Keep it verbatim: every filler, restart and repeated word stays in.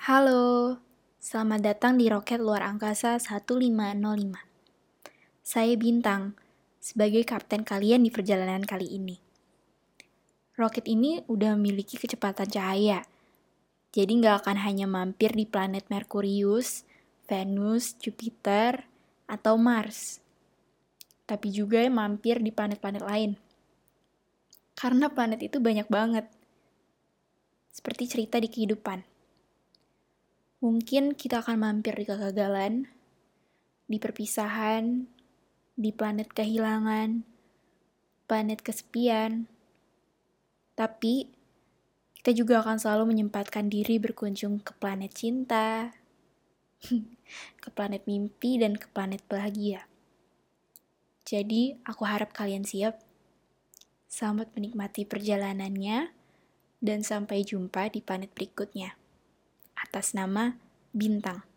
Halo, selamat datang di Roket Luar Angkasa satu lima nol lima. Saya Bintang, sebagai kapten kalian di perjalanan kali ini. Roket ini udah memiliki kecepatan cahaya, jadi nggak akan hanya mampir di planet Merkurius, Venus, Jupiter, atau Mars, tapi juga mampir di planet-planet lain. Karena planet itu banyak banget, seperti cerita di kehidupan. Mungkin kita akan mampir di kegagalan, di perpisahan, di planet kehilangan, planet kesepian. Tapi, kita juga akan selalu menyempatkan diri berkunjung ke planet cinta, ke planet mimpi, dan ke planet bahagia. Jadi, aku harap kalian siap. Selamat menikmati perjalanannya, dan sampai jumpa di planet berikutnya. Atas nama Bintang.